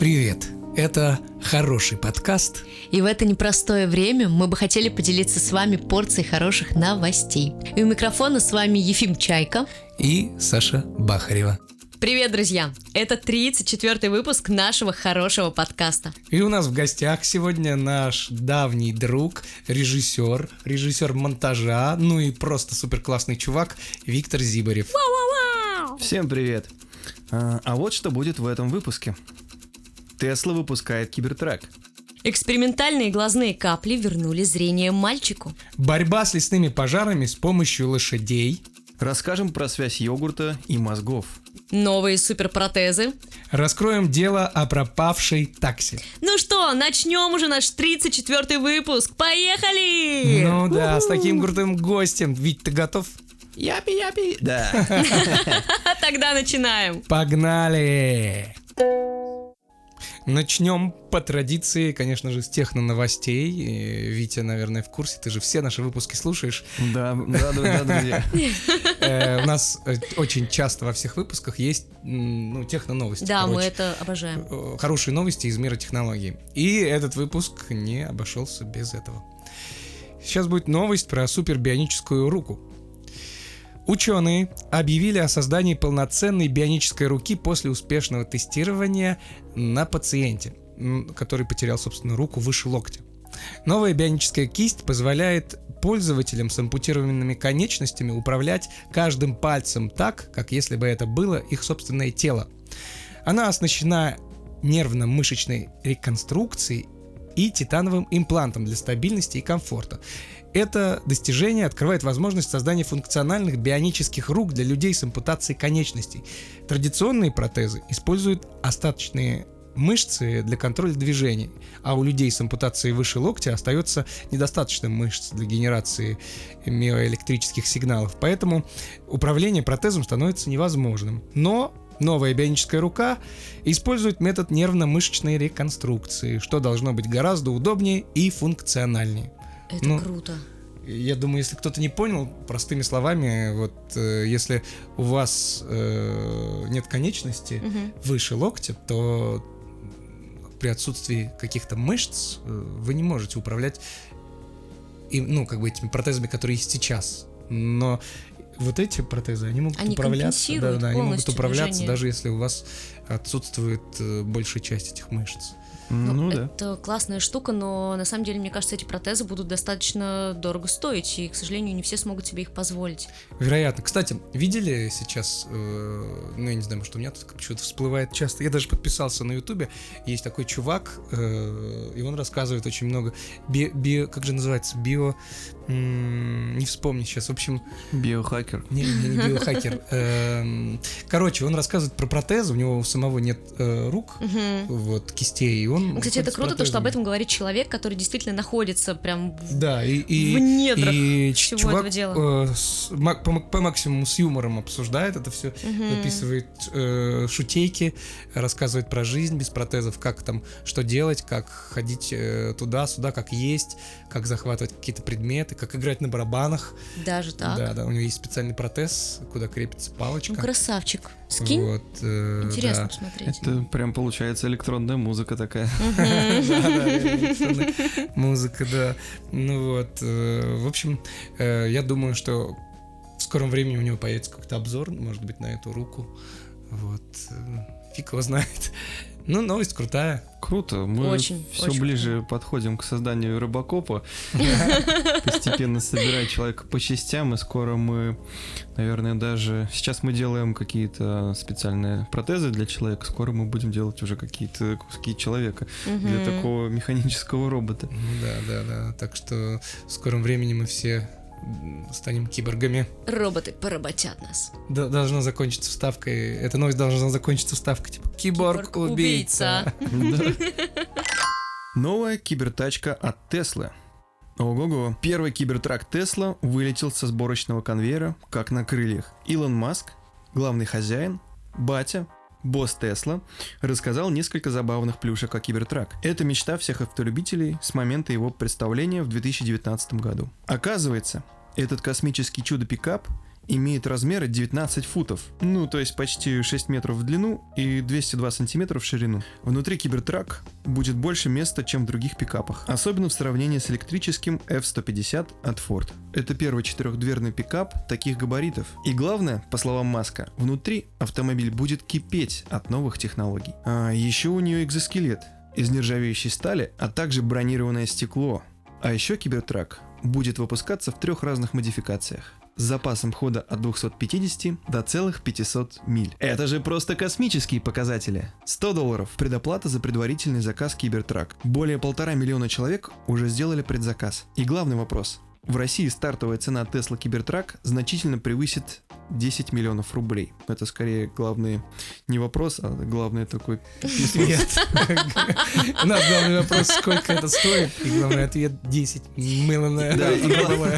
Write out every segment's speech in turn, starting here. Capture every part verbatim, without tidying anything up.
Привет! Это хороший подкаст. И в это непростое время мы бы хотели поделиться с вами порцией хороших новостей. И у микрофона с вами Ефим Чайка и Саша Бахарева. Привет, друзья! Это тридцать четвёртый выпуск нашего хорошего подкаста. И у нас в гостях сегодня наш давний друг, режиссер, режиссер монтажа, ну и просто супер классный чувак Виктор Зибарев. Вау-вау-вау! Всем привет! А, а вот что будет в этом выпуске. Тесла выпускает Кибертрак. Экспериментальные глазные капли вернули зрение мальчику. Борьба с лесными пожарами с помощью лошадей. Расскажем про связь йогурта и мозгов. Новые суперпротезы. Раскроем дело о пропавшей такси. Ну что, начнем уже наш тридцать четвёртый выпуск. Поехали! Ну да, У-ху! С таким крутым гостем. Вить, ты готов? Япи-япи! Да. Тогда начинаем. Погнали! Начнем по традиции, конечно же, с техно-новостей. Витя, наверное, в курсе, ты же все наши выпуски слушаешь. Да, да, да, друзья. У нас очень часто во всех выпусках есть, ну, техно-новости. Да, мы это обожаем. Хорошие новости из мира технологий. И этот выпуск не обошелся без этого. Сейчас будет новость про супербионическую руку. Ученые объявили о создании полноценной бионической руки после успешного тестирования на пациенте, который потерял, собственно, руку выше локтя. Новая бионическая кисть позволяет пользователям с ампутированными конечностями управлять каждым пальцем так, как если бы это было их собственное тело. Она оснащена нервно-мышечной реконструкцией и титановым имплантом для стабильности и комфорта. Это достижение открывает возможность создания функциональных бионических рук для людей с ампутацией конечностей. Традиционные протезы используют остаточные мышцы для контроля движений, а у людей с ампутацией выше локтя остается недостаточно мышц для генерации миоэлектрических сигналов, поэтому управление протезом становится невозможным. Но новая бионическая рука использует метод нервно-мышечной реконструкции, что должно быть гораздо удобнее и функциональнее. Это ну, круто. Я думаю, если кто-то не понял, простыми словами, вот э, если у вас э, нет конечности угу. выше локтя, то при отсутствии каких-то мышц э, вы не можете управлять и, ну, как бы этими протезами, которые есть сейчас. Но вот эти протезы, они могут они управляться, да, да, они могут управляться, движение. Даже если у вас отсутствует э, большая часть этих мышц. Ну, ну это да. классная штука, но на самом деле, мне кажется, эти протезы будут достаточно дорого стоить, и, к сожалению, не все смогут себе их позволить. Вероятно. Кстати, видели сейчас, э, ну, я не знаю, может, у меня тут почему-то всплывает часто, я даже подписался на Ютубе, есть такой чувак, э, и он рассказывает очень много, би, би, как же называется, био, м- не вспомню сейчас, в общем... Биохакер. Не, не, не биохакер. Э, короче, он рассказывает про протезы, у него у самого нет э, рук, вот, кистей, и он Кстати, это круто, то, что об этом говорит человек, который действительно находится прям в, да, и, и, в недрах и всего чувак, этого дела. Э, с, по, по максимуму с юмором обсуждает это все, uh-huh. записывает э, шутейки, рассказывает про жизнь без протезов, как там, что делать, как ходить э, туда-сюда, как есть, как захватывать какие-то предметы, как играть на барабанах. Даже так? Да, да, у него есть специальный протез, куда крепится палочка. Ну, красавчик. Скинь. Вот, э, Интересно да. посмотреть. Это прям получается электронная музыка такая. Музыка, да. Ну вот, в общем, я думаю, что в скором времени у него появится какой-то обзор, может быть, на эту руку. Вот, фиг его знает. Ну, новость крутая. Круто, мы очень, все очень ближе круто. подходим к созданию Робокопа. Постепенно собирая человека по частям, и скоро мы, наверное, даже... Сейчас мы делаем какие-то специальные протезы для человека, скоро мы будем делать уже какие-то куски человека для такого механического робота. Да, да, да. Так что в скором времени мы все станем киборгами. Роботы поработят нас. Д- должна закончиться вставкой. Эта новость должна закончиться вставкой типа киборг-убийца. Новая кибертачка от Теслы. Ого-го. Первый кибертрак Тесла вылетел со сборочного конвейера, как на крыльях. Илон Маск, главный хозяин, батя, босс Тесла, рассказал несколько забавных плюшек о Кибертрак. Это мечта всех автолюбителей с момента его представления в две тысячи девятнадцатом году. Оказывается, этот космический чудо-пикап имеет размеры девятнадцать футов, ну то есть почти шесть метров в длину и двести два сантиметра в ширину. Внутри Кибертрак будет больше места, чем в других пикапах, особенно в сравнении с электрическим эф сто пятьдесят от Ford. Это первый четырехдверный пикап таких габаритов. И главное, по словам Маска, внутри автомобиль будет кипеть от новых технологий. А еще у нее экзоскелет из нержавеющей стали, а также бронированное стекло. А еще Кибертрак будет выпускаться в трех разных модификациях с запасом хода от двухсот пятидесяти до целых пятисот миль. Это же просто космические показатели. сто долларов предоплата за предварительный заказ Кибертрак. Более полтора миллиона человек уже сделали предзаказ. И главный вопрос. В России стартовая цена Tesla Cybertruck значительно превысит десять миллионов рублей. Это скорее главный не вопрос, а главный такой... Нет. У нас главный вопрос, сколько это стоит, и главный ответ десять миллионов. Да, и главное...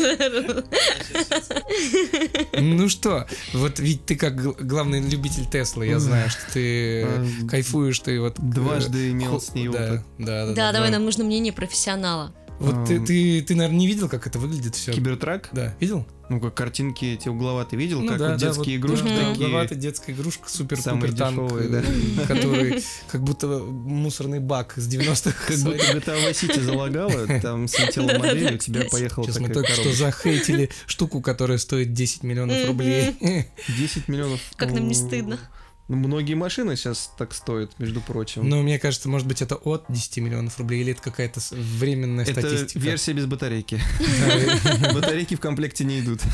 Ну что, вот ведь ты как главный любитель Теслы, я знаю, что ты кайфуешь, ты вот... Дважды имел с ней опыт. Да, да, Да, давай, нам нужно мнение профессионала. Вот ты, ты, ты, наверное, не видел, как это выглядит все? Кибертрак? Да, видел? Ну, как картинки эти угловатые видел, Ну как да, вот да, детские вот, игрушки да, такие. угловатая детская игрушка, Самые супер-пупер танк, дешевые, да. который как будто мусорный бак с девяностых. Как будто джи ти эй Vice City залагала, там слетела модель, у тебя поехала Сейчас мы такая только что коробочка. захейтили штуку, которая стоит десять миллионов рублей. десять миллионов. Как нам не ну, стыдно. Ну, многие машины сейчас так стоят, между прочим. Но мне кажется, может быть, это от десяти миллионов рублей, или это какая-то с- временная Это статистика. версия без батарейки. Да, Батарейки в комплекте не идут.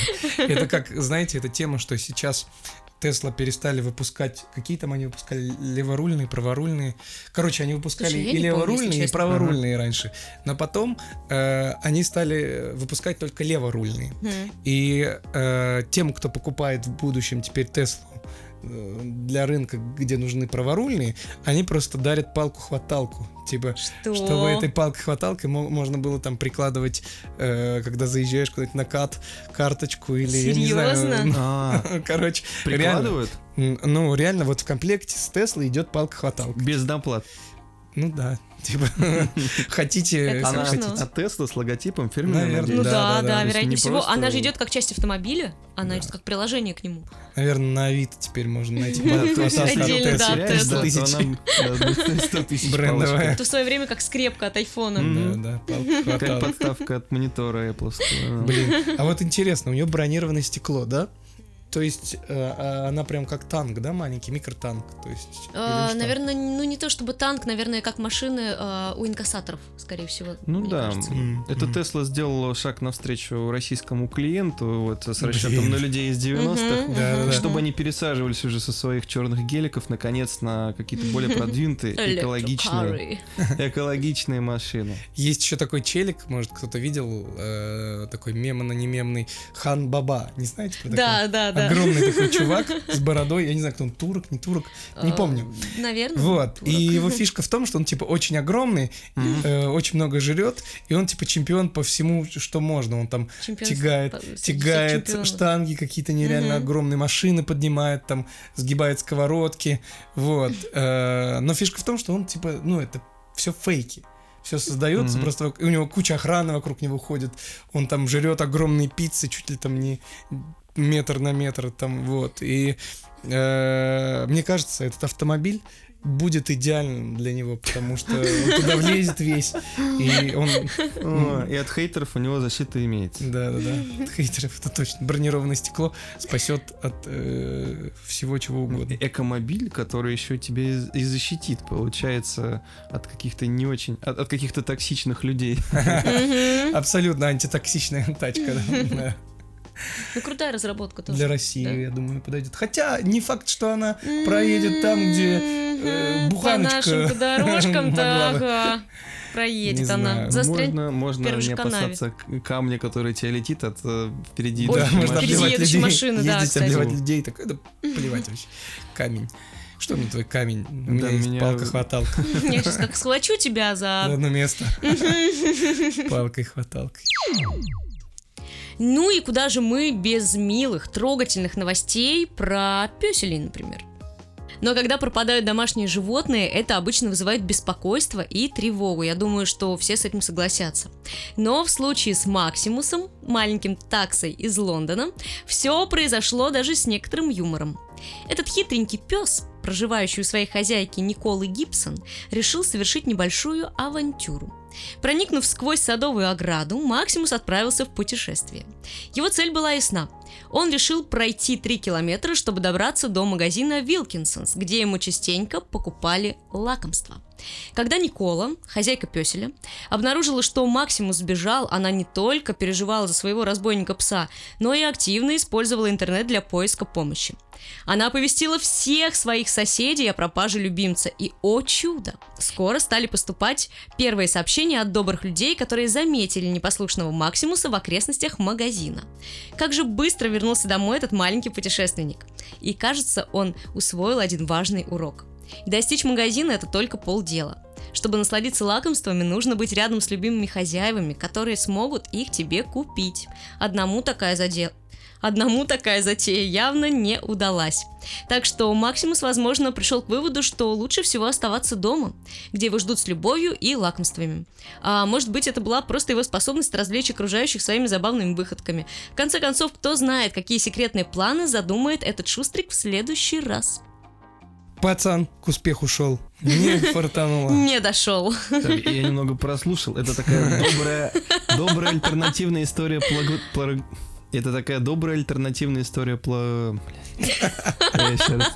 Это как, знаете, это тема, что сейчас Tesla перестали выпускать, какие там они выпускали, леворульные, праворульные. Короче, они выпускали Слушай, я и не помню, леворульные, если и честно. праворульные раньше. Но потом э, они стали выпускать только леворульные. И э, тем, кто покупает в будущем теперь Теслу э, для рынка, где нужны праворульные, они просто дарят палку-хваталку. Типа, Что? чтобы этой палкой-хваталкой мо- можно было там прикладывать, э, когда заезжаешь куда-нибудь на кат, карточку или, я не знаю, Серьезно? ну, А, короче, прикладывают? реально, м, ну, реально, вот в комплекте с Теслой идет палка-хваталка. Без доплат. Ну да, типа, хотите, Это Она смешно. хотите. от Тесла с логотипом фирменной Наверное, модели. Ну Да, да, да, да, да, то есть вероятнее не всего. просто- Она же идет как часть автомобиля, она Да. идет как приложение к нему. Наверное, на Авито теперь можно найти Да, то есть палку-хваталку если от Отдельно, Tesla. да, теряешь, Tesla. да, сто то тысяч. она да, будет стоить сто тысяч Брендовая. палочка. Это в свое время как скрепка от айфона. М. Да, да, Как палка-хваталка. подставка от монитора Apple. Блин, а вот интересно, у нее бронированное стекло, да? То есть э, а она прям как танк, да, маленький микротанк, то есть. или А, что? наверное, ну не то чтобы танк, наверное, как машины а, у инкассаторов, скорее всего. Ну мне да, кажется. М, это м. Tesla сделала шаг навстречу российскому клиенту вот, с расчетом Блин. на людей из девяностых, Мгм. Да, да, да. чтобы они пересаживались уже со своих черных геликов наконец на какие-то более продвинутые, экологичные, Электрокары. экологичные машины. Есть еще такой челик, может, кто-то видел, э, такой мемно-немемный Хан Баба, не знаете про такого? Да, да, да. Огромный такой чувак с бородой, я не знаю, кто он, турок, не турок, не А, помню. Наверное. Вот, турок. и его фишка в том, что он, типа, очень огромный, э, очень много жрет, и он, типа, чемпион по всему, что можно. Он там Чемпион тягает, по- среди тягает чемпионов. штанги, какие-то нереально Мгм. огромные машины поднимает, там, сгибает сковородки, вот. Э, Но фишка в том, что он, типа, ну, это все фейки. Все создается, Мгм. просто у него куча охраны вокруг него ходит, он там жрет огромные пиццы, чуть ли там не метр на метр, там, вот. И э, мне кажется, этот автомобиль будет идеальным для него, потому что он туда влезет весь, и он... О, и от хейтеров у него защита имеется. Да-да-да, от хейтеров, это точно. Бронированное стекло спасет от э, всего чего угодно. Экомобиль, который еще тебя и- и защитит, получается, от каких-то не очень, от, от каких-то токсичных людей. Мгм. Абсолютно антитоксичная тачка, да, да. Ну, крутая разработка тоже. Для России, да. я думаю, подойдет. Хотя не факт, что она проедет там, где э, Мгм. буханочка По нашим дорожкам-то, могла бы. ага. Проедет Не она. знаю. Застрянет. Можно, можно первой не же канаве. опасаться к- камня, который тебе летит от э, впереди. Ой, Да, идущей можно впереди машины. обливать едущей людей, машины, да, ездить, кстати. обливать людей, так это плевать вообще. Камень. Что мне твой камень? У меня Да, есть меня- палка-хваталка Я сейчас как схвачу тебя в за... одно место. Палкой-хваталкой. Ну и куда же мы без милых, трогательных новостей про пёселей, например. Но когда пропадают домашние животные, это обычно вызывает беспокойство и тревогу. Я думаю, что все с этим согласятся. Но в случае с Максимусом, маленьким таксой из Лондона, все произошло даже с некоторым юмором. Этот хитренький пес, проживающий у своей хозяйки Николы Гибсон, решил совершить небольшую авантюру. Проникнув сквозь садовую ограду, Максимус отправился в путешествие. Его цель была ясна. Он решил пройти три километра, чтобы добраться до магазина Вилкинсонс, где ему частенько покупали лакомства. Когда Никола, хозяйка пёселя, обнаружила, что Максимус сбежал, она не только переживала за своего разбойника-пса, но и активно использовала интернет для поиска помощи. Она оповестила всех своих соседей о пропаже любимца, и, о чудо, скоро стали поступать первые сообщения от добрых людей, которые заметили непослушного Максимуса в окрестностях магазина. Как же быстро вернулся домой этот маленький путешественник. И, кажется, он усвоил один важный урок. И достичь магазина – это только полдела. Чтобы насладиться лакомствами, нужно быть рядом с любимыми хозяевами, которые смогут их тебе купить. Одному такая задела... Одному такая затея явно не удалась. Так что Максимус, возможно, пришел к выводу, что лучше всего оставаться дома, где его ждут с любовью и лакомствами. А может быть, это была просто его способность развлечь окружающих своими забавными выходками. В конце концов, кто знает, какие секретные планы задумает этот шустрик в следующий раз. Пацан к успеху шел. Не фартануло. Не дошел. Так, я немного прослушал. Это такая добрая, добрая альтернативная история плаго... плаго... Это такая добрая альтернативная история пла... Я еще раз.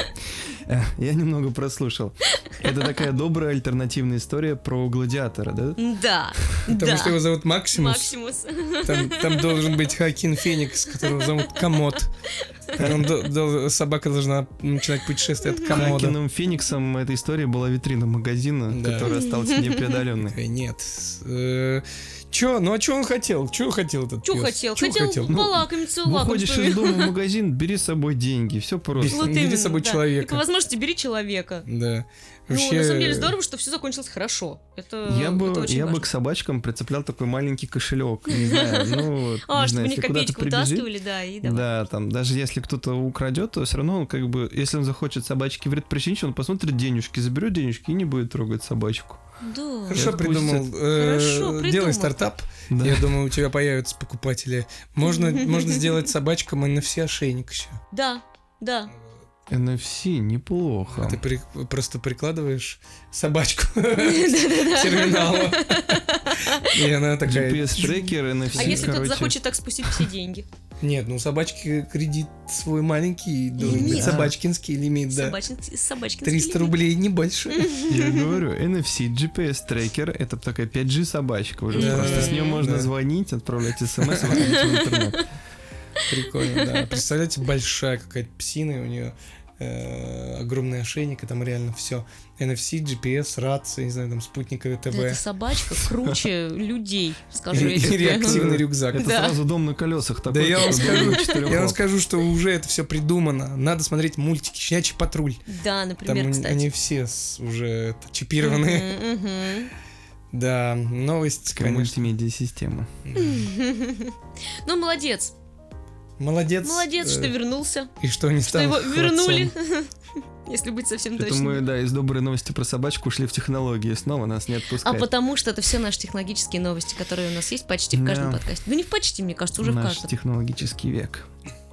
Я немного прослушал. Это такая добрая альтернативная история про гладиатора, да? Да. Потому да. что его зовут Максимус. Максимус. Там, там должен быть Хоакин Феникс, которого зовут Комод. Он до, до, собака должна начинать путешествие от комода. Хоакином Фениксом эта история была витрина магазина, Да. которая осталась непреодоленной. Э, Нет. Э, Чё? Ну а чё он хотел? Чё хотел этот Чё пёс? хотел? Чё Хотел Ну, полакомиться Выходишь из лакомствами. дома в магазин, бери с собой деньги, все просто. Вот Бери с собой да. человека. И по возможности бери человека. Да. Ну, Вообще, на самом деле здорово, что все закончилось хорошо. Это, Я бы, это очень я бы важно. к собачкам прицеплял такой маленький кошелек, не знаю, ну, вот, А, не чтобы знаю, у них если куда-то копеечку прибежит. вытаскивали, да, и давай. Да, там, даже если кто-то украдет, то все равно он как бы, если он захочет собачке вред причинить, он посмотрит денежки, заберет денежки и не будет трогать собачку. Да. Хорошо Это придумал. пусть Э, Хорошо Делай придумал. стартап. Да. Я думаю, у тебя появятся покупатели. Можно, можно сделать собачкам эн эф си ошейник еще. Да, да. эн эф си неплохо. Ты при- просто прикладываешь собачку к терминалу. И она такая... джи пи эс-трекер, эн эф си, А если кто-то короче. захочет так спустить все деньги? Нет, ну у собачки кредит свой маленький, должен быть Лимит. собачкинский лимит, да. Собачкин- Собачкин триста лимит. рублей, не больше. Я говорю, эн эф си, джи пи эс-трекер, это такая пять джи собачка уже. Да, Просто с нее можно да. звонить, отправлять смс, выходить в интернет. Прикольно, да. Представляете, большая какая-то псина, у нее э, огромный ошейник, и там реально все. эн эф си, джи пи эс, рация, не знаю, там спутниковое Да, эта ТВ. собачка круче людей, скажу И я тебе. реактивный рюкзак. Это Да. сразу дом на колесах такой. Да я вам такой скажу, дом на четырёх я вам лапах. скажу, что уже это все придумано. Надо смотреть мультики «Щенячий патруль». Да, Там например, они- кстати. они все с- уже это, чипированы. Мгм, мгм. Да, новость, Такая конечно. мультимедиа-система. Ну, молодец. Молодец. Молодец, что э, вернулся. И что не Что стал его холодцом. вернули. Если быть совсем Это мы, точным. да, из доброй новости про собачку ушли в технологии. Снова нас не А отпускают. потому что это все наши технологические новости, которые у нас есть почти в каждом Да. подкасте. Да не в почти, мне кажется, уже в Наш каждом. технологический век.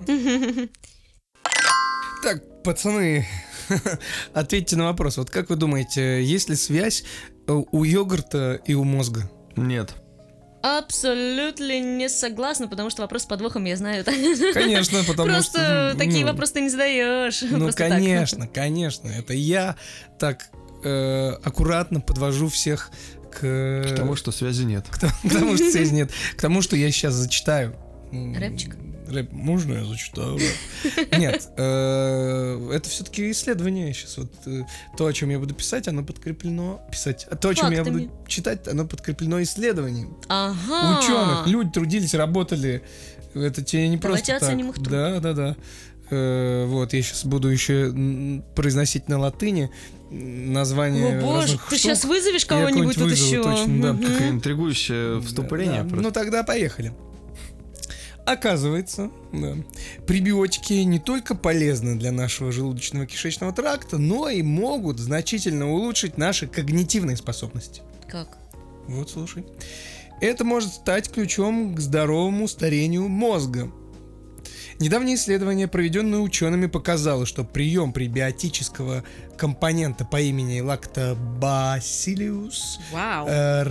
Так, пацаны, ответьте на вопрос. Вот как вы думаете, есть ли связь э, у йогурта и у мозга? Нет. Абсолютно не согласна, потому что вопрос с подвохом я знаю. Конечно, потому Просто что... такие ну, вопросы ты не задаешь. Ну, Просто так. конечно, конечно. Это я так э, аккуратно подвожу всех к... К тому, что связи нет. К тому, к тому, что связи нет. К тому, что я сейчас зачитаю. М, Рэпчик? Рэп. Можно я зачитаю рэп? Нет. э, Это все-таки исследование сейчас. Вот э, то, о чем я буду писать, оно подкреплено... Писать. А то, о чем я Фактами. буду читать, оно подкреплено исследованием. Ага. Ученых. Люди трудились, работали. Это тебе не Давайте просто оценим так. их труд. Да, да, да. Э, Вот, я сейчас буду еще м, произносить на латыни название О боже, разных ты штук. сейчас вызовешь Я кого-нибудь тут кого-нибудь вызову, еще? точно, да. Мгм. Какое интригующее вступление. Да, просто. Ну тогда поехали. Оказывается, да, пребиотики не только полезны для нашего желудочно-кишечного тракта, но и могут значительно улучшить наши когнитивные способности. Как? Вот, слушай. Это может стать ключом к здоровому старению мозга. Недавнее исследование, проведенное учеными, показало, что прием пребиотического компонента по имени Lactobacillus Вау.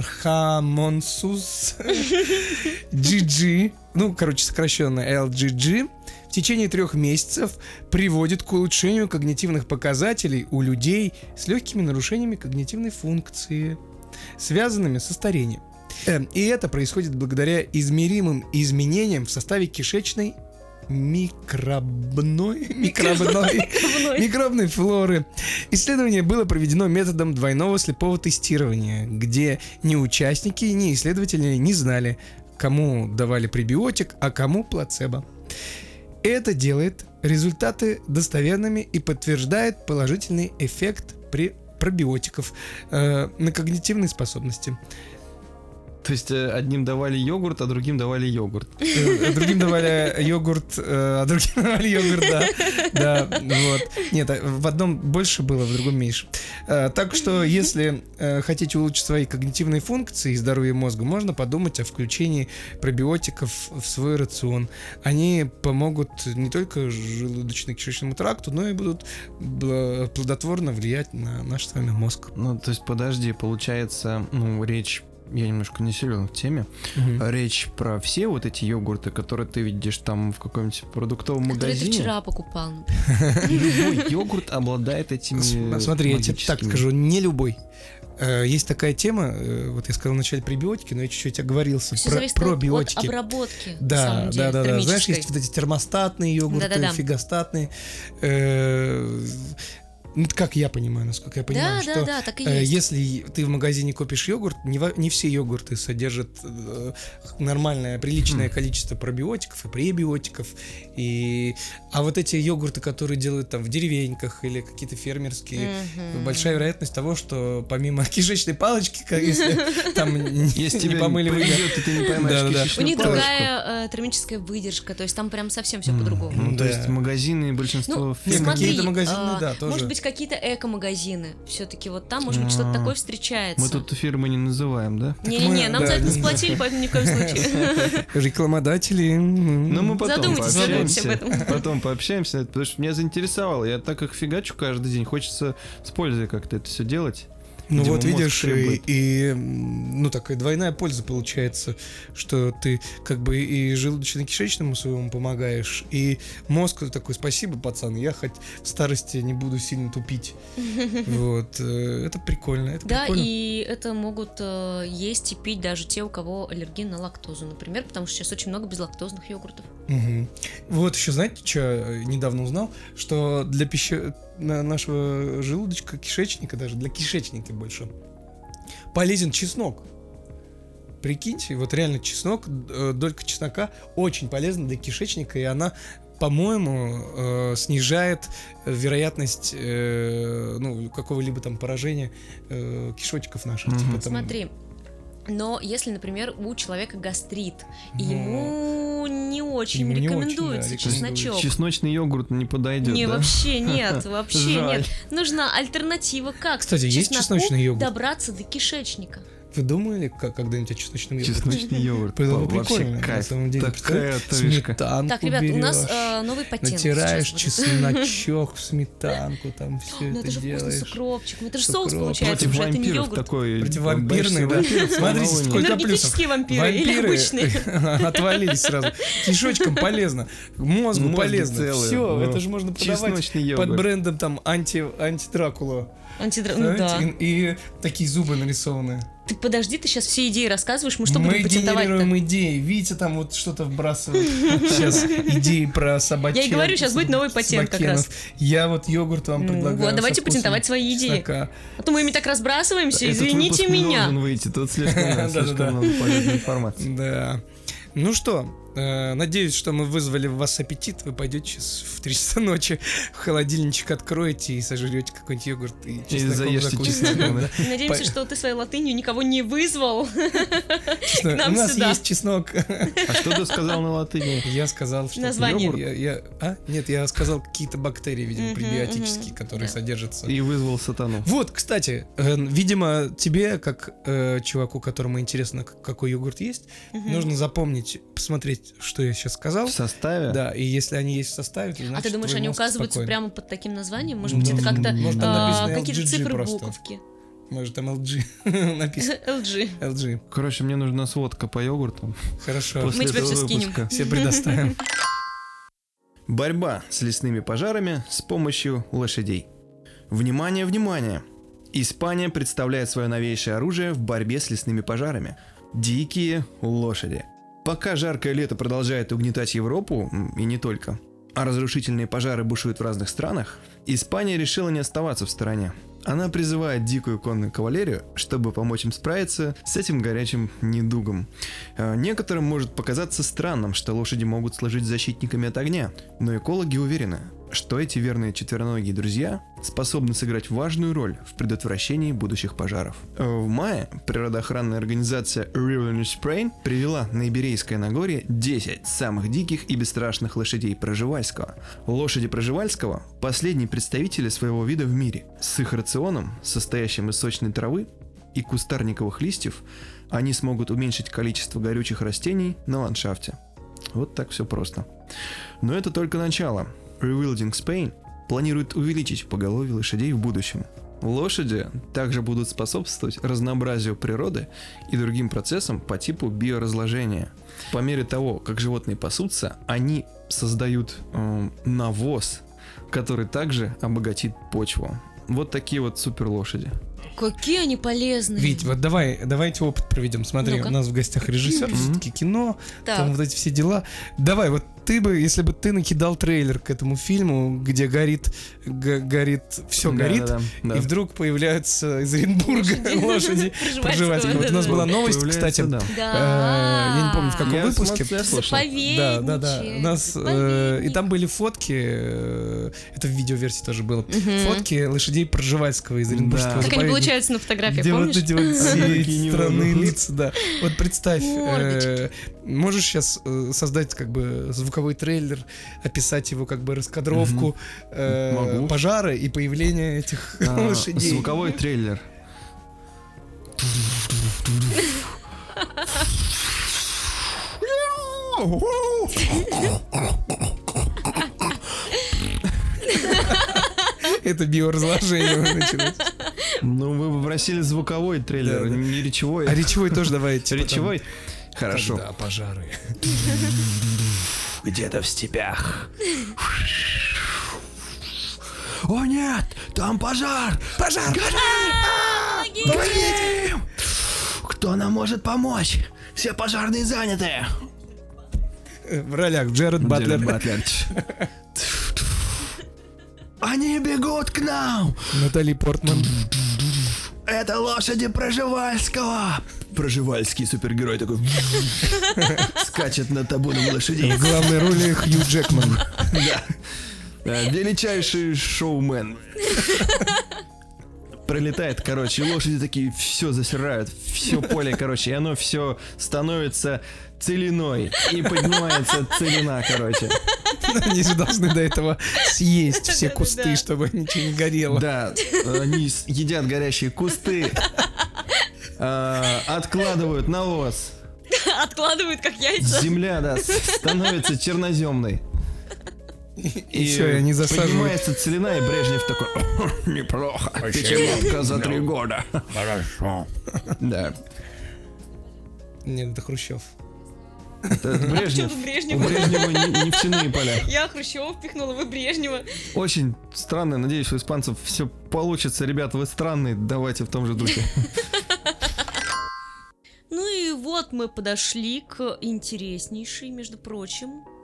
rhamnosus джи джи, ну, короче, сокращенно эл джи джи, в течение трех месяцев приводит к улучшению когнитивных показателей у людей с легкими нарушениями когнитивной функции, связанными со старением. И это происходит благодаря измеримым изменениям в составе кишечной микробной, микробной, микробной флоры. Исследование было проведено методом двойного слепого тестирования, где ни участники, ни исследователи не знали, кому давали пребиотик, а кому плацебо. Это делает результаты достоверными и подтверждает положительный эффект при пробиотиков э, на когнитивные способности. То есть э, одним давали йогурт, а другим давали йогурт. Э, Другим давали йогурт, э, а другим давали йогурт, да. Да, вот. Нет, а в одном больше было, в другом меньше. Э, Так что, если э, хотите улучшить свои когнитивные функции и здоровье мозга, можно подумать о включении пробиотиков в свой рацион. Они помогут не только желудочно-кишечному тракту, но и будут бл- плодотворно влиять на наш с вами мозг. Ну, то есть, подожди, получается, ну, речь... Я немножко не силен в теме. Мгм. Речь про все вот эти йогурты, которые ты видишь там в каком-нибудь продуктовом Который ты магазине. вчера покупал. например. Любой йогурт обладает этими С- Смотри, я тебе так магическими- скажу, не любой. Э, Есть такая тема, э, вот я сказал вначале пребиотики, но я чуть-чуть оговорился. Все Про зависит от- от пробиотики. обработки. на Да, самом деле, да, да, да. Знаешь, термической. есть вот эти термостатные йогурты, Да-да-да. фигостатные. Э, Ну, это как я понимаю, насколько я понимаю, Да, что да, да, так и э, есть. если ты в магазине купишь йогурт, не, во- не все йогурты содержат э, нормальное, приличное Хм. количество пробиотиков и пребиотиков. И... А вот эти йогурты, которые делают там в деревеньках или какие-то фермерские, Мгм. большая вероятность того, что помимо кишечной палочки, как если там не Если не тебя помыли вы- повезет, и ты не поймаешь Да-да-да. У кишечную них палочку. другая э, термическая выдержка, то есть там прям совсем все М, по-другому. Ну, то Да. есть магазины, большинство Ну, Не, фирм- смотри, какие-то магазины, а, да, тоже. Может быть, какие-то эко-магазины. Все-таки вот там, может быть, что-то А, такое встречается. Мы тут фирмы не называем, да? Не-не-не, мы- нам да, за это не не- сплотили, поэтому ни в коем случае. Рекламодатели. Но мы потом Задумайтесь, задумайтесь об пообщаемся. этом. Потом пообщаемся, потому что меня заинтересовало. Я так как фигачу каждый день, хочется с пользой как-то это все делать. Ну Видимо, вот мозг видишь, и, требует. и, м, ну такая двойная польза получается, что ты как бы и желудочно-кишечному своему помогаешь, и мозг такой: спасибо, пацан, я хоть в старости не буду сильно тупить. Вот, э, это прикольно, это Да, прикольно. и это могут э, есть и пить даже те, у кого аллергия на лактозу, например, потому что сейчас очень много безлактозных йогуртов. Мгм. Вот еще, знаете, что недавно узнал, что для пищи на- нашего желудочка, кишечника, даже для кишечника больше, полезен чеснок. Прикиньте, вот реально чеснок, э, долька чеснока очень полезна для кишечника, и она, по-моему, э, снижает вероятность э, ну, какого-либо там поражения э, кишочков наших. Мгм. Типа, там, Смотри, но если, например, у человека гастрит, и Ну, ему не очень ему не очень, рекомендуется да, рекомендуется. чесночок. Чесночный йогурт не подойдет, Не, да? вообще нет, вообще Жаль. нет. Нужна альтернатива. Как Кстати, к есть чесноку чесночный йогурт? добраться до кишечника? Вы думали как, когда-нибудь о чесночном йогурте? Чесночный йогурт. Было бы Вообще прикольно, на кайф. самом деле. Такая Представляешь, товишка. сметанку Так, ребят, у нас берешь, э, новый патент. натираешь сейчас будет. чесночок в сметанку, там все Ну это это же вкусно с делаешь. укропчиком. Это же С соус укропом. получается, Против уже это не вампиров йогурт. такой. Противовампирный, да. вампиров Смотрите, половой сколько нет. Энергетические вампиры или Вампиры обычные? отвалились сразу. Кишочкам полезно, мозгу Мозги полезно. целые. Все, Ну, это же можно продавать Чесночный под йогурт. брендом там анти, анти-Дракула. Антидра... Ну да. Знаете, И, и такие зубы нарисованные. Ты подожди, ты сейчас все идеи рассказываешь, мы что Мы будем патентовать-то? генерируем идеи. Витя там вот что-то вбрасывает. Сейчас идеи про собачек. Я и говорю, сейчас будет новый патент как раз. Я вот йогурт вам Ну предлагаю. вот, давайте со вкусом патентовать свои идеи. чеснока. А то мы ими так разбрасываемся, Этот извините выпуск не меня. должен выйти, тут слишком, Да-да-да. слишком много полезной информации. Да. Ну что, Э, надеюсь, что мы вызвали в вас аппетит. Вы пойдете сейчас в три часа ночи, в холодильничек откроете и сожрете какой-нибудь йогурт и И чесноком заешьте закусите. чесноком, да. Надеемся, По- что ты своей латынью никого не вызвал. Честно, К нам у нас сюда. есть чеснок. А что ты сказал на латыни? Я сказал, что... Название. йогурт. Я, я- а? Нет, я сказал какие-то бактерии, видимо, Мгм, пребиотические, мгм. которые Да. содержатся. И вызвал сатану. Вот, кстати, э, видимо, тебе, как э, чуваку, которому интересно, к- какой йогурт есть, Мгм. нужно запомнить, посмотреть, что я сейчас сказал. В составе? Да, и если они есть в составе, то А значит, ты думаешь, твой они мозг указываются спокоен. прямо под таким названием? Может быть, Ну, это как-то может, там а, написано какие-то эл джи цифры, просто. буковки? Может, там эл джи написано. эл джи. эл джи. Короче, мне нужна сводка по йогуртам. Хорошо. После Мы тебе этого всё скинем. выпуска. Все предоставим. Борьба с лесными пожарами с помощью лошадей. Внимание, внимание! Испания представляет свое новейшее оружие в борьбе с лесными пожарами. Дикие лошади. Пока жаркое лето продолжает угнетать Европу, м, и не только, а разрушительные пожары бушуют в разных странах, Испания решила не оставаться в стороне. Она призывает дикую конную кавалерию, чтобы помочь им справиться с этим горячим недугом. Э, Некоторым может показаться странным, что лошади могут служить защитниками от огня, но экологи уверены, что эти верные четвероногие друзья способны сыграть важную роль в предотвращении будущих пожаров. Э, В мае природоохранная организация River Spray привела на Иберийское Нагорье десять самых диких и бесстрашных лошадей Проживальского. Лошади Проживальского – последние представители своего вида в мире. С их рационом, состоящим из сочной травы и кустарниковых листьев, они смогут уменьшить количество горючих растений на ландшафте. Вот так все просто. Но это только начало. Rewilding Spain планирует увеличить поголовье лошадей в будущем. Лошади также будут способствовать разнообразию природы и другим процессам по типу биоразложения. По мере того, как животные пасутся, они создают э, навоз, который также обогатит почву. Вот такие вот супер лошади. Какие они полезные. Вить, вот давай, давайте опыт проведем. Смотри, Ну-ка. у нас в гостях режиссер, Мгм. все-таки кино, Так. там вот эти все дела. Давай, вот ты бы, если бы ты накидал трейлер к этому фильму, где горит, г- горит, все горит, Да-да-да, и да. вдруг появляются из Оренбурга лошади Проживальского, Проживальского. Вот у нас да-да-да. была новость, Появляется, кстати, да. э, я не помню, в каком Я выпуске. смотрю, я слышал. Да, да, да. У нас э, и Заповедник. там были фотки, э, это в видеоверсии тоже было. Мгм. Фотки лошадей Проживальского из Оренбургского Да. Как они заповедника. получаются на фотографии, Где помнишь? вот эти вот все Такие эти не странные могут. лица, да. Вот представь, э, Мордочки. можешь сейчас создать как бы звуковой трейлер, описать его как бы раскадровку э, Могу. пожара и появление этих А, лошадей. Звуковой трейлер. Это биоразложение началось. Ну, вы попросили звуковой трейлер, Да, да. не речевой. А речевой тоже давайте. типа, там, Речевой? Хорошо. Да, пожары. Где-то в степях. О нет, там пожар! Пожар! Горим! Горим! Кто нам может помочь? Все пожарные заняты. Э, В ролях Джеред Батлер. Они бегут к нам! Натали Портман. Это лошади Проживальского! Проживальский супергерой такой скачет на табуном лошадей. В главной роли Хью Джекман. Да. Э, Величайший шоумен. Пролетает, короче, лошади такие все засирают, все поле, короче, и оно все становится целиной. И поднимается целина, короче. Они же должны до этого съесть все кусты, Да-да-да. чтобы ничего не горело. Да, они с- едят горящие кусты, э, откладывают навоз. Откладывают, как яйца. Земля, да, с- становится черноземной. И все, и они засаживают. Поднимается целина, и Брежнев такой: «О, неплохо, пятилетка за три года». Хорошо. Да. Нет, это Хрущев. Это Что Брежнев. тут У Брежнева? Брежнева не- нефтяные поля. Я Хрущева впихнула, вы Брежнева. Очень странно, надеюсь, у испанцев все получится. Ребят, вы странные, давайте в том же духе. Ну и вот мы подошли к интереснейшей, между прочим,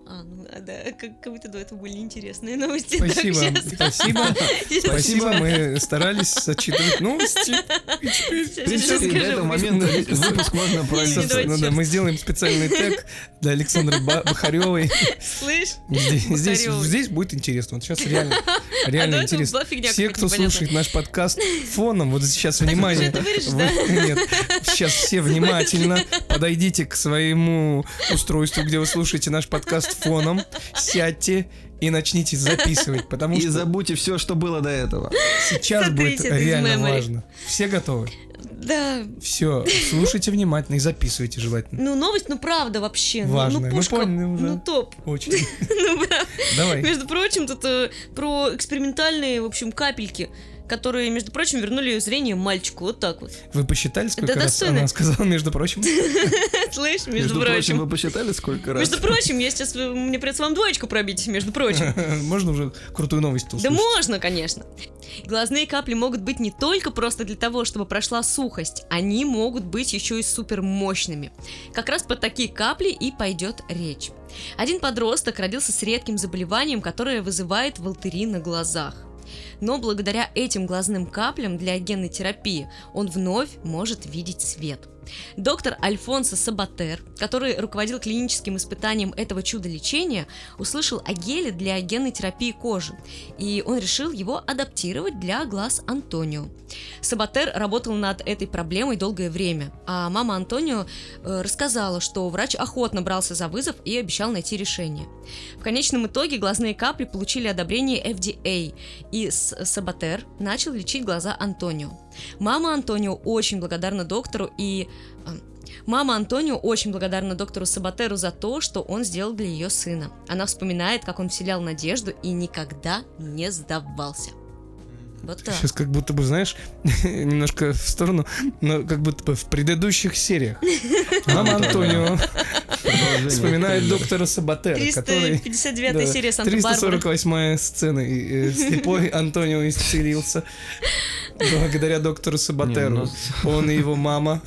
А, ну а, да, как, как будто до этого были интересные новости. Спасибо, Так, щас. спасибо, Щас. спасибо, мы старались зачитывать новости. И теперь- В принципе, Расскажи, до этого момента выпуск можно Не, пройти. не, давайте Ну да, щас. мы сделаем специальный тег для Александры Ба- Бахаревой. Слышь? Здесь, здесь, Бахарёвой. здесь будет интересно. Вот сейчас реально, реально А до этого интересно. была фигня Все, какая-то кто непонятная. слушает наш подкаст фоном, вот сейчас Так, внимание. ты это вырежешь, Вы- да? Нет, сейчас все внимательно подойдите к своему устройству, где вы слушаете наш подкаст фоном, сядьте и начните записывать, потому И что забудьте все, что было до этого. сейчас будет Сотрите это из реально memory. важно. Все готовы? Да. Все, слушайте внимательно и записывайте желательно. Ну, новость, ну, правда, вообще. Ну, Важная. Ну, Мы пушка, поняли уже. ну, топ. Очень. Ну, прав. Давай. Между прочим, тут э, про экспериментальные, в общем, капельки, которые, между прочим, вернули зрение мальчику. Вот так вот. Вы посчитали, сколько Да раз достойно. она сказала, между прочим? Слышь, между, Между прочим, прочим. вы посчитали, сколько раз? Между прочим, я сейчас, э, мне придется вам двоечку пробить, между прочим. Можно уже крутую новость Да услышать? можно, конечно. Глазные капли могут быть не только просто для того, чтобы прошла сухость, они могут быть еще и супер мощными. Как раз про такие капли и пойдет речь. Один подросток родился с редким заболеванием, которое вызывает волдыри на глазах. Но благодаря этим глазным каплям для генной терапии он вновь может видеть свет. Доктор Альфонсо Сабатер, который руководил клиническим испытанием этого чуда лечения, услышал о геле для генной терапии кожи, и он решил его адаптировать для глаз Антонио. Сабатер работал над этой проблемой долгое время, а мама Антонио э, рассказала, что врач охотно брался за вызов и обещал найти решение. В конечном итоге глазные капли получили одобрение эф ди эй, и С- Сабатер начал лечить глаза Антонио. Мама Антонио очень благодарна доктору и... а, Мама Антонио очень благодарна доктору Сабатеру за то, что он сделал для ее сына. Она вспоминает, как он вселял надежду и никогда не сдавался. Вот так. Сейчас как будто бы, знаешь, немножко в сторону, но как будто бы в предыдущих сериях. Мама Антонио Продолжение. вспоминает доктора Сабатера, который... триста пятьдесят девятая Да, серия триста Санта-Барбара. сорок восьмая сцена. и, э, Слепой Антонио исцелился благодаря доктору Не, Сабатеру. ну, Он и его мама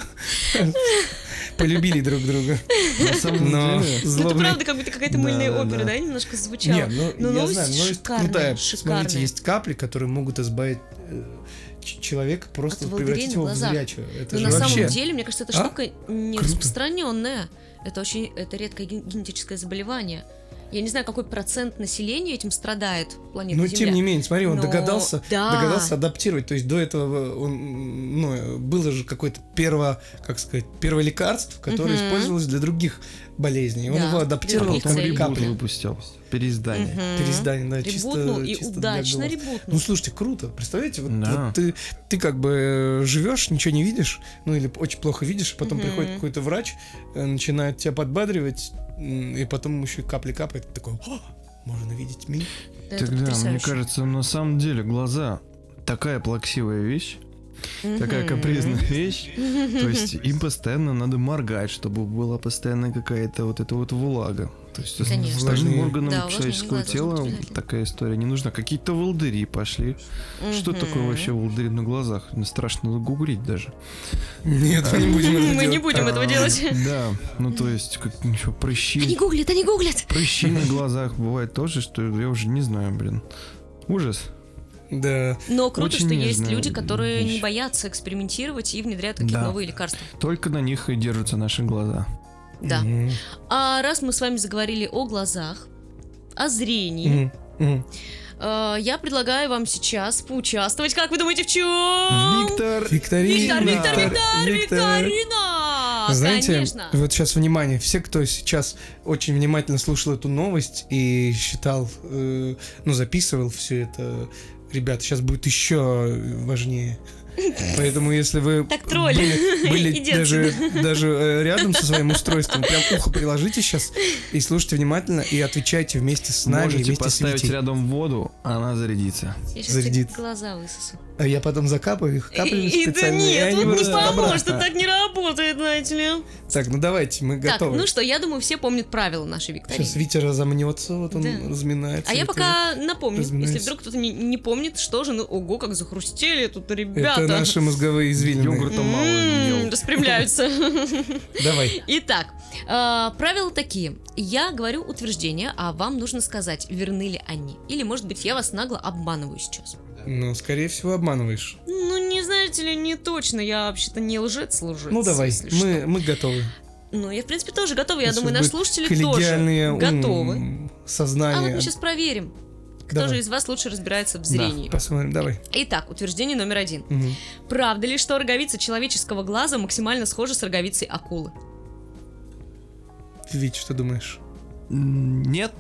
полюбили друг друга. на самом Но деле... Ну, это злобный... правда, как будто какая-то Да, мыльная да, опера, да. да, немножко звучала. Не, ну, Но я новость знаю, новость шикарная, крутая. шикарная. Смотрите, есть капли, которые могут избавить э, ч- человека, просто От волдырей превратить на его в глазах. зрячего. Это Но же на вообще... самом деле, мне кажется, эта А? штука не Круто. распространенная. Это очень, это редкое ген- генетическое заболевание. Я не знаю, какой процент населения этим страдает планеты Ну, Земля. тем не менее, смотри, он Но- догадался, Да. догадался адаптировать. То есть до этого он, ну, было же какое-то перво, как сказать, первое лекарство, которое Мгм. использовалось для других болезней. Он Да, его для адаптировал других там Потом целей. ребут капли. выпустил. Переиздание. Мгм. Переиздание, да, чисто, Ребутнул и чисто для удачно глаз. ребутнул. Ну, слушайте, круто. Представляете, вот, Да. вот ты, ты как бы живешь, ничего не видишь, ну или очень плохо видишь, а потом Мгм. приходит какой-то врач, э, начинает тебя подбадривать, м, и потом еще капли капает, ты такой, «О, можно видеть мир». Да, это Тогда, мне потрясающе. кажется, на самом деле глаза такая плаксивая вещь, такая Мгм. капризная вещь. То есть им постоянно надо моргать, чтобы была постоянно какая-то вот эта вот влага. То есть Конечно. остальным Увлажнение. органам Да, увлажнение человеческого глаз должно тела быть обязательно. такая история не нужна. Какие-то волдыри пошли. Что Мгм. такое вообще волдыри на глазах? Мне страшно гуглить даже. Нет, мы не будем это Мы не делать. будем этого А, делать. Да, ну то есть как еще Они прыщи. гуглят, они гуглят. Прыщи на глазах бывает тоже, что я уже не знаю, блин. Ужас. Да. Но круто, Очень что есть нежная люди, которые не вещь. боятся экспериментировать и внедряют какие-то Да. новые лекарства. Только на них и держатся наши глаза. Да. Мгм. А раз мы с вами заговорили о глазах, о зрении, Мгм. Мгм. э, я предлагаю вам сейчас поучаствовать. Как вы думаете, в чем? Виктор! Викторина. Виктор, Виктор, Виктор, Виктор. Викторина! Знаете, Конечно. вот сейчас внимание, все, кто сейчас очень внимательно слушал эту новость и считал, э, ну, записывал все это, ребята, сейчас будет еще важнее. Поэтому, если вы Так, тролль. были, были Иди даже, даже э, рядом со своим устройством, прям ухо приложите сейчас и слушайте внимательно и отвечайте вместе с нами, Можете вместе с поставить Витей. рядом воду, она зарядится. Я сейчас зарядит. тебе глаза высосу. А я потом закапаю их каплями И- и да специальными. и нет, они вот не вырастут поможет, обратно. что так не работает, знаете ли. Так, ну давайте, мы Так, готовы. ну что, я думаю, все помнят правила нашей викторины. Сейчас Витя разомнется, вот он Да. разминается. А я и пока напомню, разминаюсь. если вдруг кто-то не, не помнит, что же, ну, ого, как захрустели тут ребята. Это наши мозговые извилины. Йогурта мало М, ел. распрямляются. Давай. Итак, э, правила такие. Я говорю утверждение, а вам нужно сказать, верны ли они. Или, может быть, я вас нагло обманываю сейчас. Ну, скорее всего, обманываешь. Ну, не знаете ли, не точно. Я вообще-то не лжец-лжец. Ну, давай, если мы, что. мы готовы. Ну, я, в принципе, тоже готова. Я Это думаю, сейчас наши будет слушатели тоже коллегиальные, ум, готовы. сознание. А вот мы сейчас проверим, кто Давай. же из вас лучше разбирается в зрении. Посмотрим, давай. Итак, утверждение номер один. Мгм. Правда ли, что роговица человеческого глаза максимально схожа с роговицей акулы? Вить, что думаешь? М, Нет.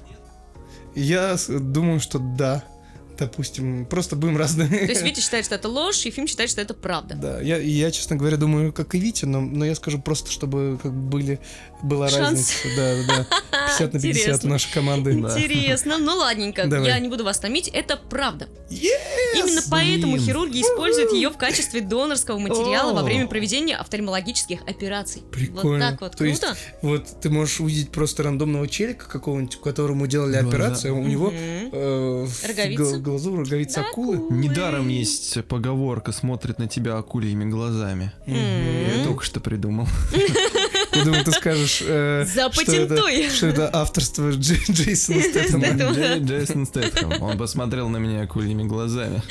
Я с- думаю, что да. Допустим, просто будем разными. То есть Витя считает, что это ложь, Ефим считает, что это правда. Да, я, я, честно говоря, думаю, как и Витя, но, но я скажу просто, чтобы как бы были, была Шанс. разница. Да, да, да. пятьдесят на пятьдесят Интересно. нашей команды. Да. Интересно, ну ладненько, Давай. я не буду вас томить, это правда. Yes! Именно поэтому блин. хирурги используют ее в качестве донорского материала во О. время проведения офтальмологических операций. Прикольно. Вот так вот, То есть, круто? вот ты можешь увидеть просто рандомного челика какого-нибудь, которому делали Глаза. операцию, а у него Мгм. э, в Роговица? гл- глазу роговица Да, акулы. акулы. Недаром есть поговорка «смотрит на тебя акульями глазами». М. Я только что придумал. Я думаю, ты скажешь, э, что Запатентуй. это, что это авторство Дж- Джейсона Стэтэма. Стэтэма. Джей- Джейсон Стэтхэм. Он посмотрел на меня акульями глазами.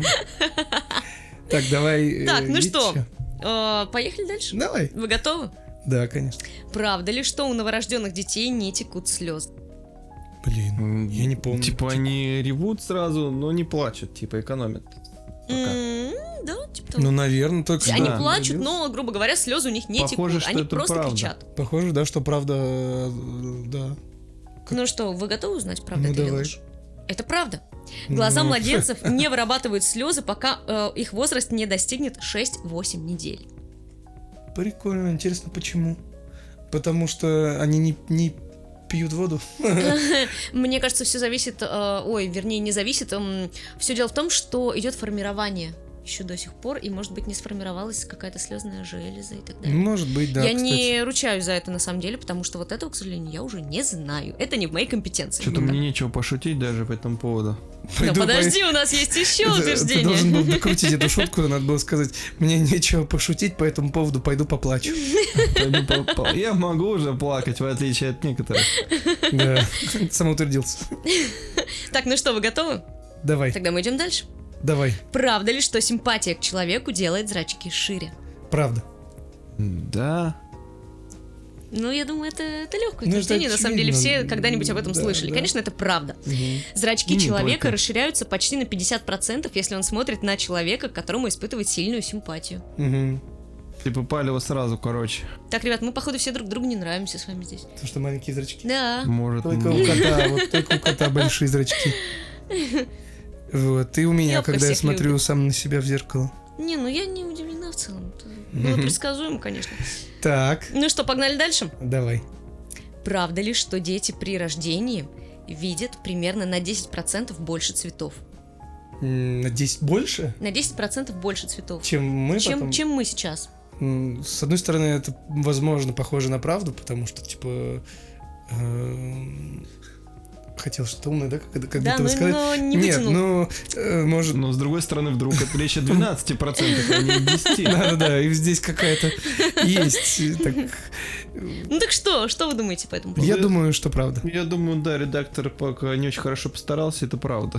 Так, давай. э, Так, ну Витя. что, э, поехали дальше? Давай. Вы готовы? Да, конечно. Правда ли, что у новорожденных детей не текут слезы? Блин, М, я не помню. Типа они ревут сразу, но не плачут, типа экономят. Пока. М, Да, типа того. Ну, наверное, только Они да. плачут, Надеюсь. но, грубо говоря, слезы у них не Похоже, текут. что Они это просто правда. кричат. Похоже, да, что правда, э, да. Ну что, вы готовы узнать, правда Ну, это или давай. ложь? Это правда. Глаза Ну, младенцев не вырабатывают слезы, пока э, их возраст не достигнет шесть-восемь недель. Прикольно, интересно, почему? Потому что они не, не пьют воду. Мне кажется, все зависит, э, ой, вернее, не зависит. Все дело в том, что идет формирование еще до сих пор, и, может быть, не сформировалась какая-то слезная железа и так далее. Может быть, да, я кстати. не ручаюсь за это на самом деле, потому что вот этого, к сожалению, я уже не знаю. Это не в моей компетенции. Что-то Ну, мне нечего пошутить даже по этому поводу. Ну Пойду подожди, у нас есть еще по- Ты- Ты должен утверждение. был докрутить эту шутку, надо было сказать, мне нечего пошутить по этому поводу, пойду поплачу. Пойду по- по- Я могу уже плакать, в отличие от некоторых. Да, самоутвердился. Так, ну что, вы готовы? Давай, Тогда мы идем дальше. давай, Правда ли, что симпатия к человеку делает зрачки шире? правда. Да. Ну, я думаю, это, это легкое Ну, это утверждение. На самом деле, очевидно. все когда-нибудь об этом Да, слышали. да. Конечно, это правда. Мгм. Зрачки И не человека только. расширяются почти на пятьдесят процентов, если он смотрит на человека, к которому испытывает сильную симпатию. Мгм. Типа палево сразу, короче. Так, ребят, мы, походу, все друг другу не нравимся с вами здесь. Потому что маленькие зрачки. Да. Может, Только м, у кота, вот только у кота большие зрачки. Вот, и у меня, Ёбка когда я всех смотрю сам на себя в зеркало. Не, ну я не удивлена в целом. Это было Мгм. предсказуемо, конечно. Так, Ну что, погнали дальше? давай. Правда ли, что дети при рождении видят примерно на десять процентов больше цветов? М, На десять больше, На десять процентов больше цветов. чем мы чем, потом? чем мы сейчас. М, С одной стороны, это, возможно, похоже на правду, потому что, типа... эм, Хотел что-то умное, да? Как, как Да, будто бы но, сказать. но не Нет, вытянул. ну, э, может... Но с другой стороны, вдруг это речь о двенадцати процентах, а не десяти. Да-да-да, и здесь какая-то есть... э, так, Ну так что, что вы думаете по этому поводу? Я думаю, что правда. Я думаю, да, редактор пока не очень хорошо постарался, это правда.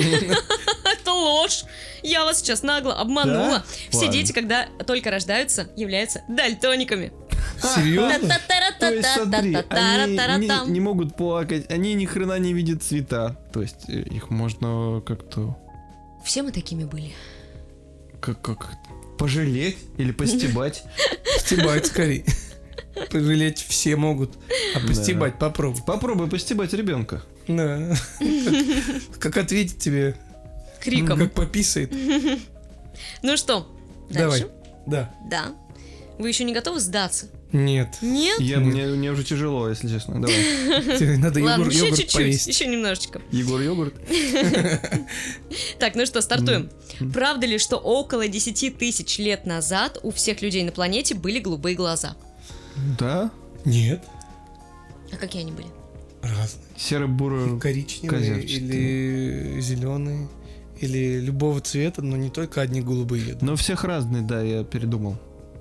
Это ложь! Я вас сейчас нагло обманула. Да? Все Ладно. дети, когда только рождаются, являются дальтониками. Серьезно? То есть, смотри, они не, Та-та-та-та-та-та-та-та-та-там. не могут плакать, они ни хрена не видят цвета. То есть э, их можно как-то Все мы такими были. как, как пожалеть или постебать. Стебать скорее. Пожалеть все могут, а Да. постебать попробуй. Попробуй постебать ребенка. Да. Как, как ответить тебе? Криком. Как пописает. Ну что, Давай. дальше? Да. Да. Вы еще не готовы сдаться? Нет. Нет? Я, мне, мне уже тяжело, если честно. Давай. Тебе надо Ладно, йогурт, еще йогурт чуть-чуть, поесть. еще немножечко. Егор йогурт. Так, ну что, стартуем. Правда ли, что около десять тысяч лет назад у всех людей на планете были голубые глаза? Да. Нет. А какие они были? Разные. Серо-бурый. Коричневые Козявчатые. или зеленые, или любого цвета, но не только одни голубые. я думаю. Но всех разные, да, я передумал.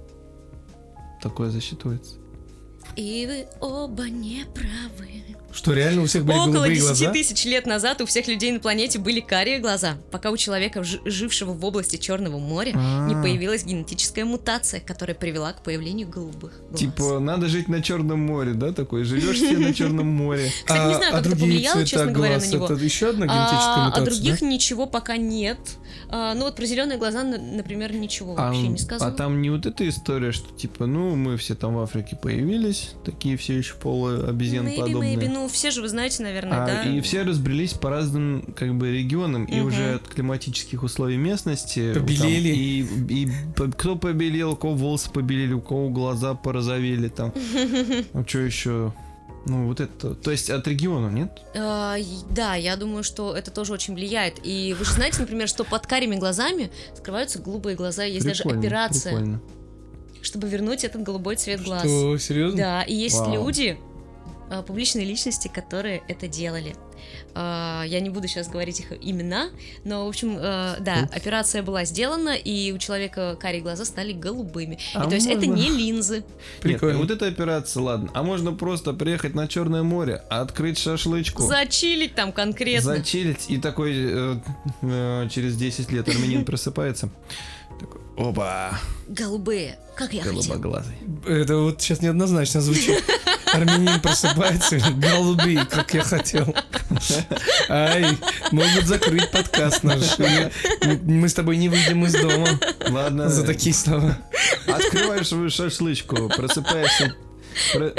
Такое засчитывается. И вы оба не правы. Что, реально у всех были Около голубые десять глаза? тысяч лет назад у всех людей на планете были карие глаза, пока у человека, ж- жившего в области Черного моря, не А. появилась генетическая мутация, которая привела к появлению голубых глаз. Типа, надо жить на Черном море, да, такой? Живешь себе на Черном море. Кстати, не знаю, как это другие повлияло, цвета честно говоря, глаз, на него. Это еще одна генетическая А, мутация, а других да? ничего пока нет. А, ну вот про зеленые глаза, на- например, ничего А, вообще не а сказала. там не вот эта история, что типа, ну, мы все там в Африке появились, такие все еще полуобезьян Maybe, подобные. maybe. Ну, все же вы знаете, наверное, А, да? И все разбрелись по разным как бы регионам, и Мгм. уже от климатических условий местности там, Побелели. и, и по- кто побелел, у кого волосы побелели, у кого глаза порозовели там. Ну что еще? Ну вот это. То есть от региона, нет? А, и- да, я думаю, что это тоже очень влияет. И вы же знаете, например, что под карими глазами скрываются голубые глаза. Есть даже Прикольно, операция, прикольно. чтобы вернуть этот голубой цвет глаз. Что, серьезно? Да, и есть Вау. люди, а, публичные личности, которые это делали. А, Я не буду сейчас говорить их имена, но, в общем, а, да, Упс. операция была сделана, и у человека карие глаза стали голубыми. А И то есть это можно- не линзы. Прикольно. Нет, вот эта операция, ладно. А можно просто приехать на Черное море, открыть шашлычку, Зачилить там конкретно. зачилить, и такой э, э, через десять лет армянин просыпается. Такой, опа, Голубые, как я хотел. голубоглазый. Это вот сейчас неоднозначно звучит. Армянин просыпается, голубые, как я хотел. Ай, могут закрыть подкаст наш. Мы- Мы с тобой не выйдем из дома Ладно, за такие слова. открываешь свою шашлычку, просыпаешься, про-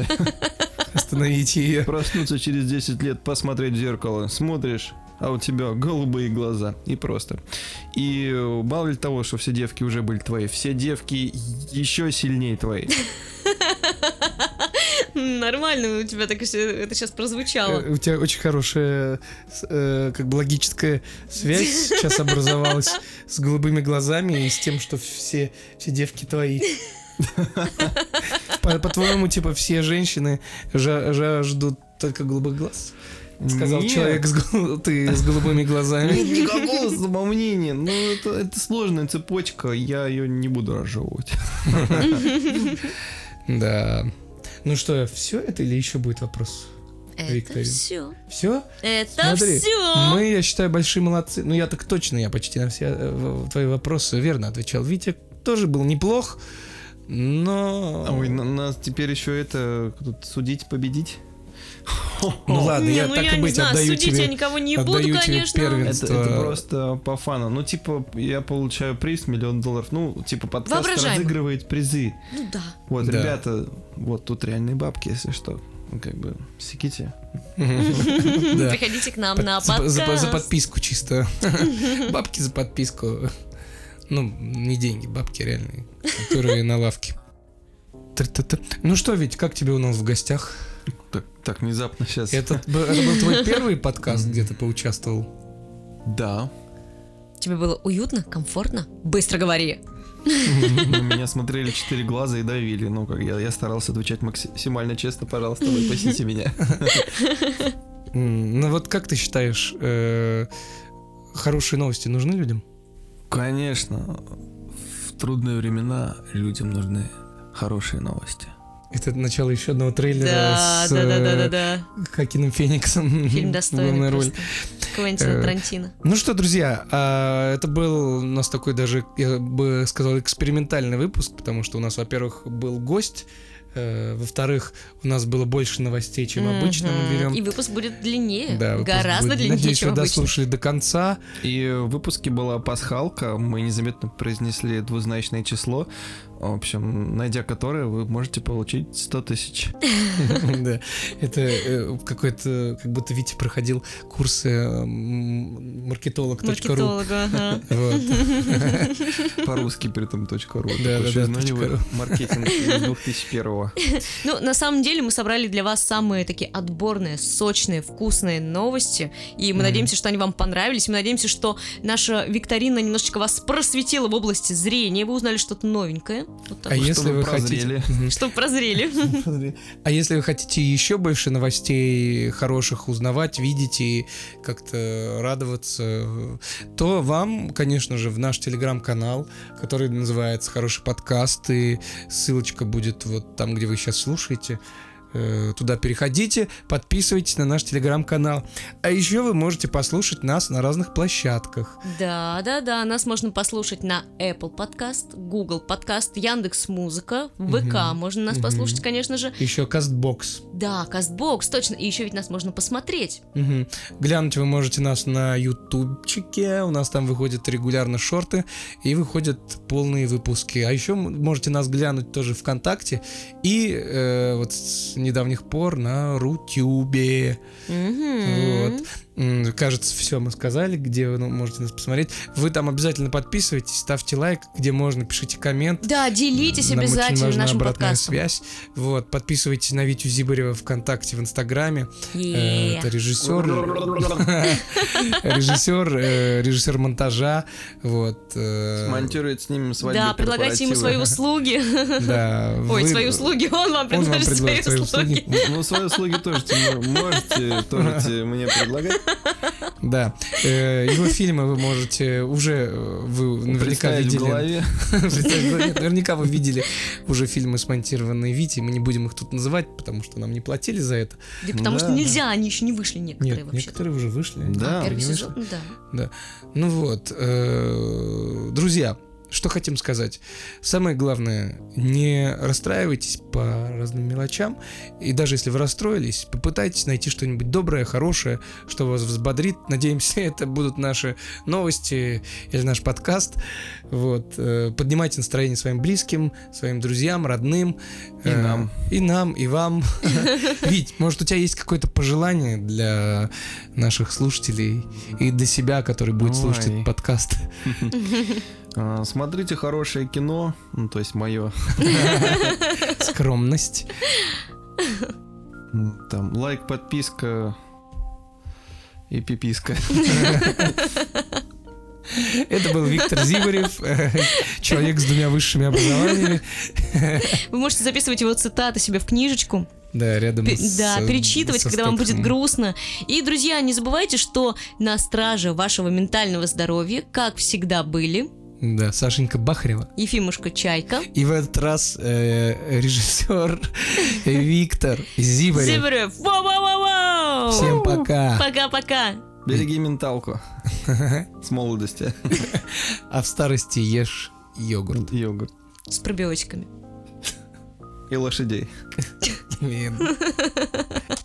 Остановите ее. проснуться через десять лет, посмотреть в зеркало, смотришь, а у тебя голубые глаза. И просто. И э, мало ли того, что все девки уже были твои, все девки еще сильнее твои. Нормально у тебя так всё- это сейчас прозвучало. Э, У тебя очень хорошая с- э, как бы логическая связь сейчас образовалась с голубыми глазами и с тем, что все, все девки твои. По- По-твоему, типа, все женщины жа- жаждут только голубых глаз? Сказал Нет. человек, с гол- ты с голубыми глазами. Нет никакого самомнения. Ну, это, это сложная цепочка, я ее не буду разжевывать. Да. Ну что, все это или еще будет вопрос? Это Виктория. все. Все? Это Смотри, все. Мы, я считаю, большие молодцы. Ну, я так точно, я почти на все э, в- твои вопросы верно отвечал. Витя тоже был неплох, но... Ой, на- нас теперь еще это тут судить, победить. Ну ладно, Не, я ну так я и не быть, знаю, отдаю судить тебе... я никого не отдаю буду, тебе конечно. первенство. Это, это просто по фану. Ну, типа, я получаю приз миллион долларов. Ну, типа, подкаст Воображаемо. разыгрывает призы. Ну да. Вот, Да. ребята, вот тут реальные бабки, если что. Ну, как бы, секите. Да. Приходите к нам Под- на за, подкаст. за- за подписку чисто. Бабки за подписку. Ну, не деньги, бабки реальные, которые на лавке. Тр-тр-тр. Ну что, Вить, как тебе у нас в гостях? Так, так внезапно сейчас. Это, б- это был твой первый подкаст, где ты поучаствовал? Да. Тебе было уютно, комфортно? Быстро говори. На меня смотрели четыре глаза и давили. Ну, как я, я старался отвечать максимально честно. Пожалуйста, вы спасите меня. М, Ну вот как ты считаешь, э, хорошие новости нужны людям? Конечно, в трудные времена людям нужны хорошие новости. Это начало еще одного трейлера Да, с да, да, да, да, э, да. Хокином Фениксом. Фильм в достойный главной роли. просто. Квентина Э, Тарантино. Ну что, друзья, а, это был у нас такой даже, я бы сказал, экспериментальный выпуск, потому что у нас, во-первых, был гость, Э, во-вторых, у нас было больше новостей, чем Мгм. обычно мы берем. И выпуск будет длиннее. Да, выпуск Гораздо будет- длиннее, Надеюсь, чем вы обычно. дослушали до конца. И в выпуске была пасхалка, мы незаметно произнесли двузначное число, в общем, найдя которое, вы можете получить сто тысяч. Да, это э, какой-то, как будто Витя проходил курсы м, маркетолог точка ру. Маркетолога, ага. Вот. По-русски при этом точка ру. Да, Такой да, да, шизнулевый точка маркетинг из две тысячи первого. Ну, на самом деле мы собрали для вас самые такие отборные, сочные, вкусные новости, и мы Мгм. надеемся, что они вам понравились, мы надеемся, что наша викторина немножечко вас просветила в области зрения, вы узнали что-то новенькое, вот так А вот, если чтобы вы прозрели. хотите... Мгм. чтобы прозрели. А если вы хотите еще больше новостей хороших узнавать, видеть и как-то радоваться, то вам, конечно же, в наш телеграм-канал, который называется «Хороший подкаст», и ссылочка будет вот там, где вы сейчас слушаете. Э, Туда переходите, подписывайтесь на наш телеграм-канал. А еще вы можете послушать нас на разных площадках. Да, да, да, нас можно послушать на Apple Podcast, Google Podcast, Яндекс.Музыка, ВК Мгм. можно нас Мгм. послушать, конечно же. Еще Кастбокс. Да, Castbox, точно, и еще ведь нас можно посмотреть. Мгм. Глянуть вы можете нас на ютубчике, у нас там выходят регулярно шорты и выходят полные выпуски. А еще м- можете нас глянуть тоже ВКонтакте и э, вот с недавних пор на Рутюбе. Мгм. Вот. М, Кажется, все мы сказали, где вы ну, можете нас посмотреть. Вы там обязательно подписывайтесь, ставьте лайк, где можно, пишите коммент. Да, делитесь Нам очень обязательно важна нашим обратная подкастом. связь. Вот, подписывайтесь на Витю Зибарева ВКонтакте, в Инстаграме. Э, Е. Это режиссер, режиссер, э, режиссер монтажа, вот. э, Монтирует с ним свадьбы, Да, предлагайте ему свои услуги. Да. Ой, вы- свои услуги, он вам Он вам предложит свои предложит свои услуги. услуги. Ну, свои услуги тоже те можете тоже мне предлагать. Да. Э, Его фильмы вы можете уже, э, вы наверняка Представить в видели. голове. Представить в голове. Наверняка вы видели уже фильмы, смонтированные Витей. Мы не будем их тут называть, потому что нам не платили за это. Да потому Да, что нельзя, они еще не вышли некоторые Нет, вообще. некоторые уже вышли. Да, Первый не сезон, да. Ну вот, э, друзья, что хотим сказать. Самое главное, не расстраивайтесь по разным мелочам. И даже если вы расстроились, попытайтесь найти что-нибудь доброе, хорошее, что вас взбодрит. Надеемся, это будут наши новости или наш подкаст. Вот. э, Поднимайте настроение своим близким, своим друзьям, родным. И э, нам. И нам, и вам. Вить, может, у тебя есть какое-то пожелание для наших слушателей и для себя, который будет слушать Ой. этот подкаст? А, Смотрите хорошее кино, ну, то есть мое. Скромность. Там лайк, подписка и пиписка. Это был Виктор Зибарев, э, человек с двумя высшими образованиями. Вы можете записывать его цитаты себе в книжечку, Да, рядом пе- с... да, перечитывать, со когда вам будет Стэтхэмом. грустно. И, друзья, не забывайте, что на страже вашего ментального здоровья, как всегда, были Да, Сашенька Бахарева. Ефимушка Чайка, И в этот раз э, режиссер Виктор Зибарев. Зибарев. Воу-воу-воу-воу! Всем пока. Пока-пока. Береги менталку с молодости. А в старости ешь йогурт. Йогурт. С пробиотиками. И лошадей. Блин.